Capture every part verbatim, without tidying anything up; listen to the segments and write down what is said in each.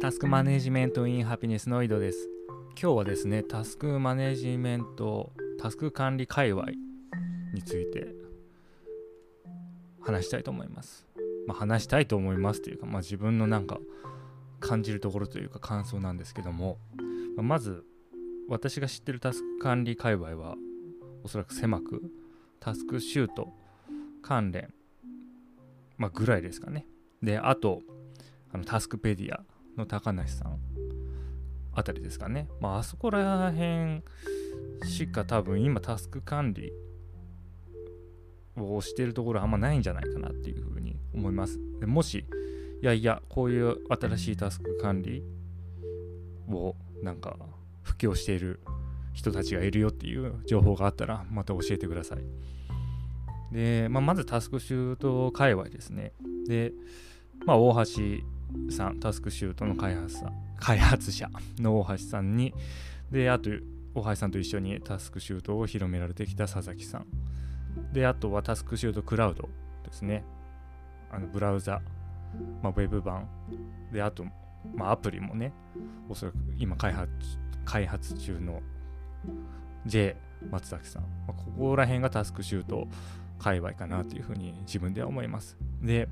タスクマネジメントインハピネスの井戸です。今日はですね、タスクマネジメント、タスク管理界隈について話したいと思います。まあ、話したいと思いますというか、まあ、自分のなんか感じるところというか感想なんですけども、まあ、まず私が知ってるタスク管理界隈はおそらく狭くタスクシュート関連、まあ、ぐらいですかね。で、あとあのタスクペディアの高梨さんあたりですかね。まああそこら辺しか多分今タスク管理をしているところはあんまないんじゃないかなっていうふうに思います。でもしいやいやこういう新しいタスク管理をなんか布教している人たちがいるよっていう情報があったらまた教えてください。で、まあ、まずタスクシュート界隈ですね。で、まあ、大橋さん、タスクシュートの開発者、開発者の大橋さんに、で、あと大橋さんと一緒にタスクシュートを広められてきた佐々木さん。で、あとはタスクシュートクラウドですね。あのブラウザ、まあ、ウェブ版。で、あと、まあ、アプリもね、おそらく今開発、開発中の J 松崎さん。まあ、ここら辺がタスクシュート界隈かなというふうに自分では思います。で、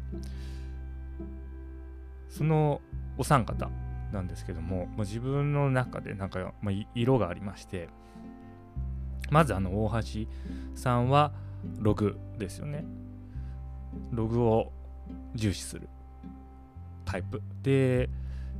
そのお三方なんですけども、まあ、自分の中でなんか、まあ、色がありまして、まずあの大橋さんはログですよね。ログを重視するタイプで、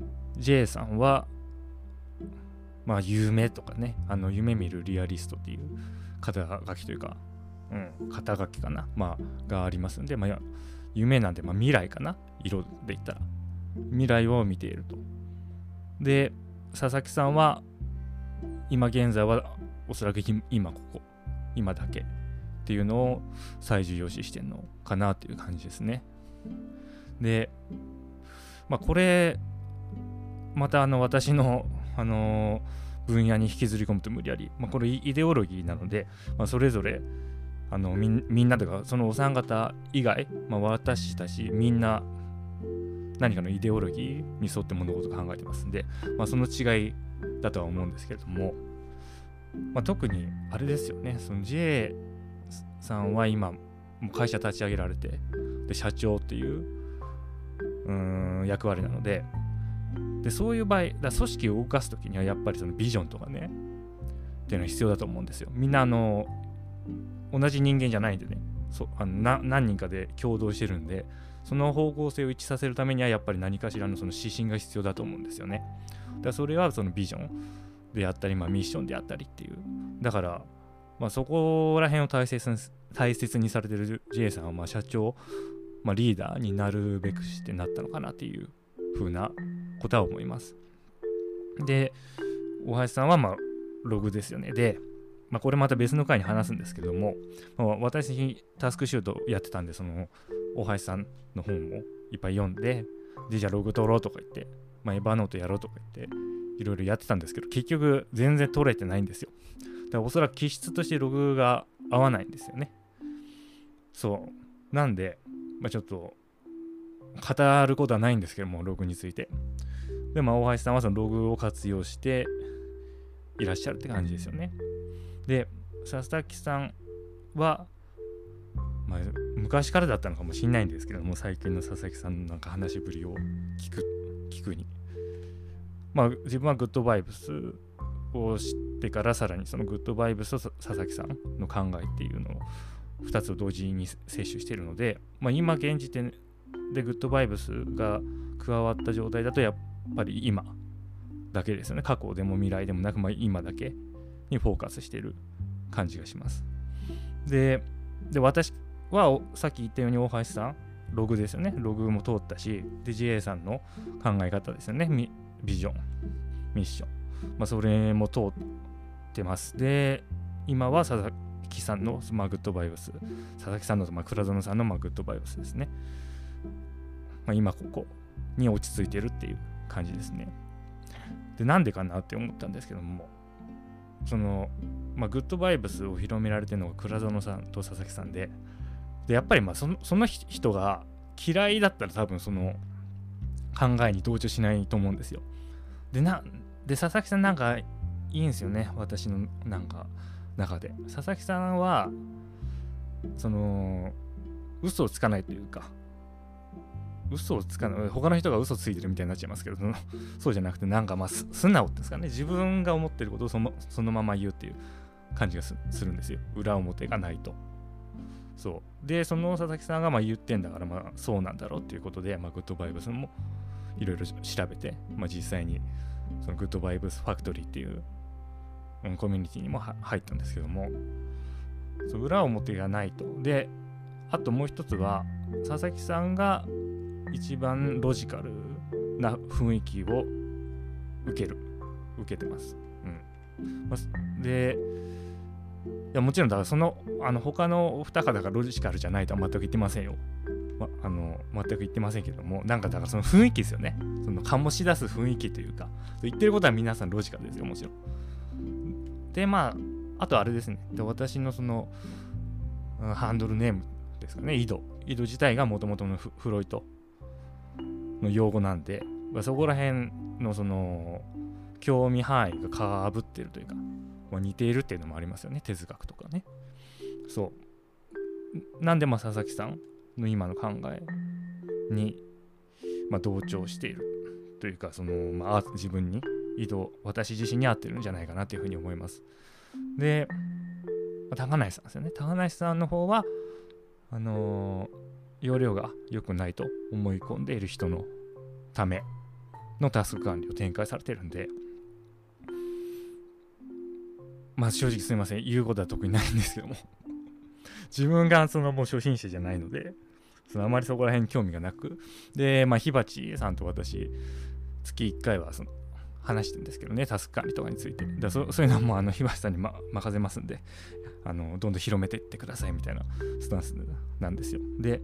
J さんはまあ夢とかね、あの夢見るリアリストっていう肩書きというか、うん、肩書きかな、まあがありますんで、まあ夢なんで、まあ未来かな、色で言ったら未来を見ていると。で、佐々木さんは今現在はおそらく今ここ今だけっていうのを最重要視してるのかなっていう感じですね。で、まあこれまたあの私のあのー、分野に引きずり込むと無理やり、まあ、これイデオロギーなので、まあ、それぞれあの み, みんなとかそのお三方以外、まあ、私たちみんな何かのイデオロギーに沿って物事を考えてますんで、まあ、その違いだとは思うんですけれども、まあ、特にあれですよね、その J さんは今もう会社立ち上げられて、で社長っていううーん役割なので、でそういう場合だ、組織を動かすときにはやっぱりそのビジョンとかねっていうのは必要だと思うんですよ。みんなあの同じ人間じゃないんでね、そあのな何人かで共同してるんで、その方向性を一致させるためにはやっぱり何かしらのその指針が必要だと思うんですよね。だからそれはそのビジョンであったり、まあ、ミッションであったりっていう、だから、まあ、そこら辺を大切に大切にされてる J さんはまあ社長、まあ、リーダーになるべくしてなったのかなっていう風なことは思います。で、大橋さんはまあログですよね。で、まあ、これまた別の回に話すんですけども、まあ、私タスクシュートやってたんで、その大橋さんの本をいっぱい読んで、でじゃあログ取ろうとか言って、まあ、エヴァノートやろうとか言っていろいろやってたんですけど、結局全然取れてないんですよ。だからおそらく気質としてログが合わないんですよね。そうなんで、まあ、ちょっと語ることはないんですけども、ログについて。で、まあ、大橋さんはそのログを活用していらっしゃるって感じですよね。で、佐々木さんは、まあ、昔からだったのかもしれないんですけども、最近の佐々木さんのなんか話しぶりを聞く、聞くに。まあ、自分はグッドバイブスを知ってから、さらにそのグッドバイブスと佐々木さんの考えっていうのをふたつを同時に摂取しているので、まあ、今現時点でグッドバイブスが加わった状態だとやっぱり今だけですよね。過去でも未来でもなく、まあ、今だけにフォーカスしている感じがします。で、で私はさっき言ったように大橋さんログですよね。ログも通ったし、で ジェイエー さんの考え方ですよね。ビジョン、ミッション、まあ、それも通ってます。で、今は佐々木さんの、まあ、グッドバイブス、佐々木さんの、まあ、倉園さんの、まあ、グッドバイブスですね。まあ、今ここに落ち着いてるっていう感じですね。で、なんでかなって思ったんですけども、その、まあ、グッドバイブスを広められてるのが倉園さんと佐々木さんで、でやっぱりまあその、その人が嫌いだったら多分その考えに同調しないと思うんですよ。でなで佐々木さんなんかいいんですよね、私のなんか中で。佐々木さんはその嘘をつかないというか、嘘をつかない、他の人が嘘ついてるみたいになっちゃいますけどそうじゃなくて、なんかまあ素直ですかね、自分が思ってることをその、そのまま言うっていう感じが す, するんですよ。裏表がないと。そうで、その佐々木さんがまあ言ってんだから、まあそうなんだろうっていうことで、まあ、グッドバイブスもいろいろ調べて、まあ、実際にそのグッドバイブスファクトリーっていう、うん、コミュニティにも入ったんですけども、そう裏表がないと。であともう一つは、佐々木さんが一番ロジカルな雰囲気を受ける受けてます。うん、でいやもちろんだからそのあの他の二方がロジカルじゃないとは全く言ってませんよ。ま、あの全く言ってませんけども、なんかだからその雰囲気ですよね。その醸し出す雰囲気というか、言ってることは皆さんロジカルですよ、もちろん。でまああとあれですね。で私のその、うん、ハンドルネームですかね、井戸井戸自体がもともとのフ, フロイトの用語なんで、そこら辺のその興味範囲がかぶってるというか、まあ、似ているっていうのもありますよね、哲学とかね。そうなんでまあ佐々木さんの今の考えに、まあ、同調しているというか、その、まあ、自分に井戸私自身に合ってるんじゃないかなというふうに思います。で、まあ、高梨さんですよね。高梨さんの方はあのー、容量が良くないと思い込んでいる人のためのタスク管理を展開されてるんで、まあ正直すいません、言うことは特にないんですけども自分がそのもう初心者じゃないので、そのあまりそこら辺に興味がなく、でまあ火鉢さんと私月いっかいはその話してるんですけどね、タスク管理とかについて。だ そ, そういうのはもうあの火鉢さんに、ま、任せますんで、あのどんどん広めていってくださいみたいなスタンスなんですよ。で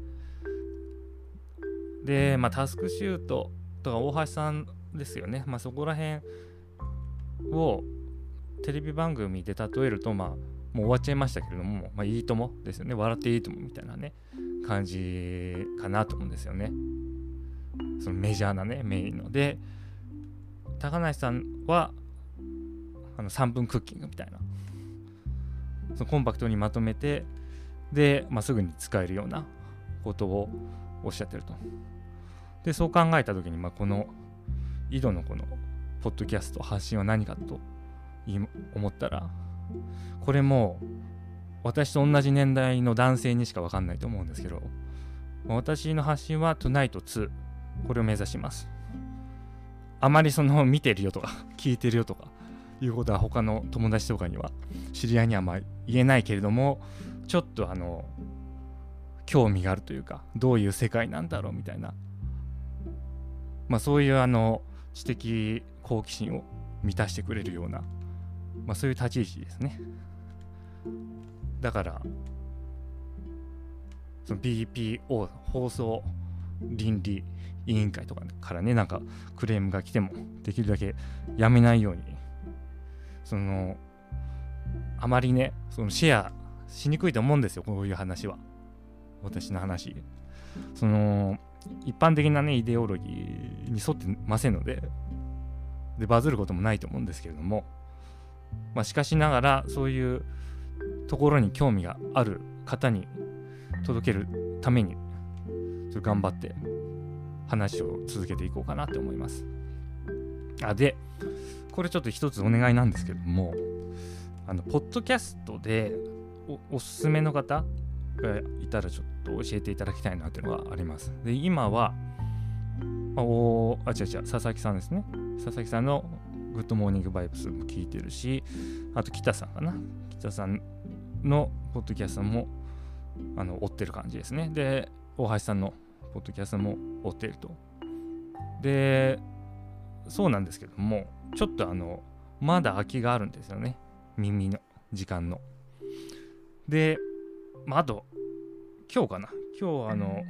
でまあタスクシュートとか大橋さんですよね。まあそこら辺をテレビ番組で例えると、まあもう終わっちゃいましたけれども、まあいいともですよね。笑っていいともみたいなね感じかなと思うんですよね。そのメジャーなねメインので、高梨さんはあのさんぷんクッキングみたいな、そのコンパクトにまとめて、で、まあ、すぐに使えるようなことをおっしゃってると。でそう考えた時に、まあ、この井戸のこのポッドキャスト発信は何かと思ったら、これも私と同じ年代の男性にしか分かんないと思うんですけど、私の発信はトゥナイトツー、これを目指します。あまりその見てるよとか聞いてるよとかいうことは他の友達とかには、知り合いにはまあ言えないけれども、ちょっとあの興味があるというか、どういう世界なんだろうみたいな、まあそういうあの知的好奇心を満たしてくれるような、まあそういう立ち位置ですね。だからその ビーピーオー 放送倫理委員会とかからね、なんかクレームが来てもできるだけやめないように、そのあまりねそのシェアしにくいと思うんですよ、こういう話は。私の話その一般的なねイデオロギーに沿ってませんので、でバズることもないと思うんですけれども、まあしかしながらそういうところに興味がある方に届けるためにそれ頑張って話を続けていこうかなって思います。あでこれちょっと一つお願いなんですけども、あのポッドキャストで お, おすすめの方がいたらちょっと教えていただきたいなというのがあります。で今はあおあ違う違う佐々木さんですね。佐々木さんのグッドモーニングバイブスも聞いてるし、あと北さんかな、北さんのポッドキャストもあの追ってる感じですね。で大橋さんのポッドキャストも追っていると。でそうなんですけども、ちょっとあのまだ空きがあるんですよね、耳の時間の。で、まあ、あと今日かな、今日あの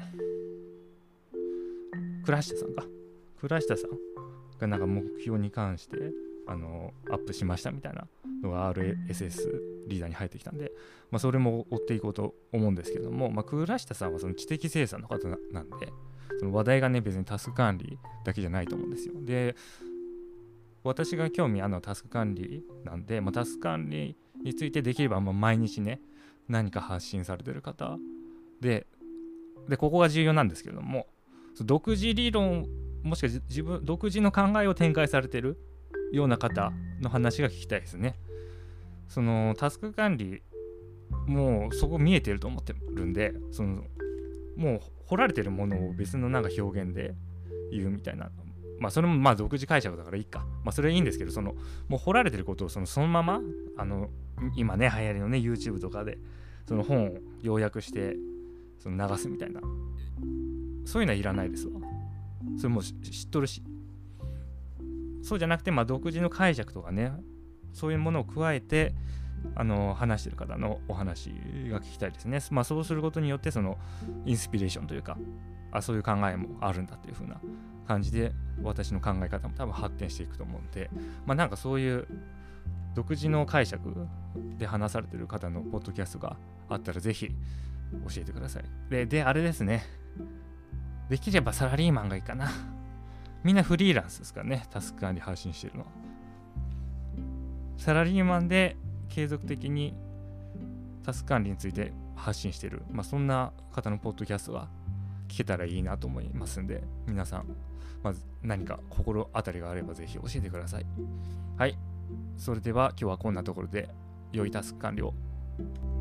倉下さんか倉下さんがなんか目標に関してあのアップしましたみたいなのが アールエスエス リーダーに入ってきたんで、まあ、それも追っていこうと思うんですけども、まあ、倉下さんはその知的生産の方 な, なんでその話題がね別にタスク管理だけじゃないと思うんですよ。で私が興味あるのはタスク管理なんで、まあ、タスク管理についてできればまあ毎日ね何か発信されてる方で、でここが重要なんですけれども、独自理論もしくは自分独自の考えを展開されてるような方の話が聞きたいですね。そのタスク管理もうそこ見えてると思ってるんで、そのもう掘られてるものを別のなんか表現で言うみたいな、まあそれもまあ独自解釈だからいいか、まあそれはいいんですけど、そのもう掘られてることをそのそのままあの今ね流行りのね YouTube とかでその本を要約してその流すみたいな、そういうのはいらないですわ。それも知っとるし、そうじゃなくてまあ独自の解釈とかね、そういうものを加えてあの話してる方のお話が聞きたいですね。まあそうすることによってそのインスピレーションというか、あそういう考えもあるんだという風な感じで私の考え方も多分発展していくと思うんで、まあなんかそういう独自の解釈で話されてる方のポッドキャストがあったらぜひ教えてください。で、であれですね、できればサラリーマンがいいかな。みんなフリーランスですからね、タスク管理配信してるの。サラリーマンで継続的にタスク管理について発信してる、まあ、そんな方のポッドキャストが聞けたらいいなと思いますんで、皆さんまず何か心当たりがあればぜひ教えてください。はい、それでは今日はこんなところで良いタスク管理を。